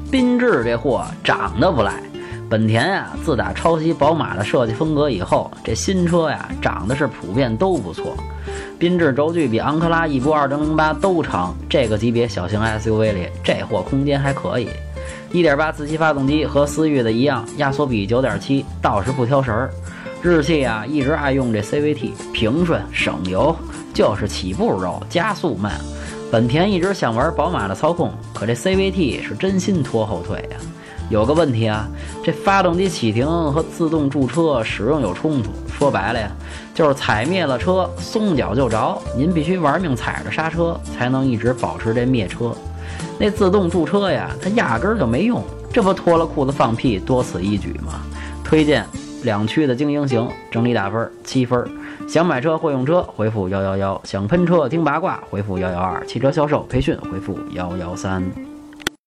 缤智这货长得不赖。本田啊，自打抄袭宝马的设计风格以后，这新车呀长得是普遍都不错。缤智轴距比昂克拉、翼波2008都长，这个级别小型 SUV 里，这货空间还可以。1.8自吸发动机和思域的一样，压缩比9.7，倒是不挑食儿。日系啊一直爱用这 CVT， 平顺省油，就是起步肉，加速慢。本田一直想玩宝马的操控，可这 CVT 是真心拖后腿呀。有个问题啊，这发动机启停和自动驻车使用有冲突。说白了呀，就是踩灭了车，松脚就着，您必须玩命踩着刹车，才能一直保持这灭车。那自动驻车呀，它压根儿就没用，这不脱了裤子放屁，多此一举吗？推荐2驱的精英型，整体打分7分。想买车或用车回复111，想喷车听八卦回复112，汽车销售培训回复113。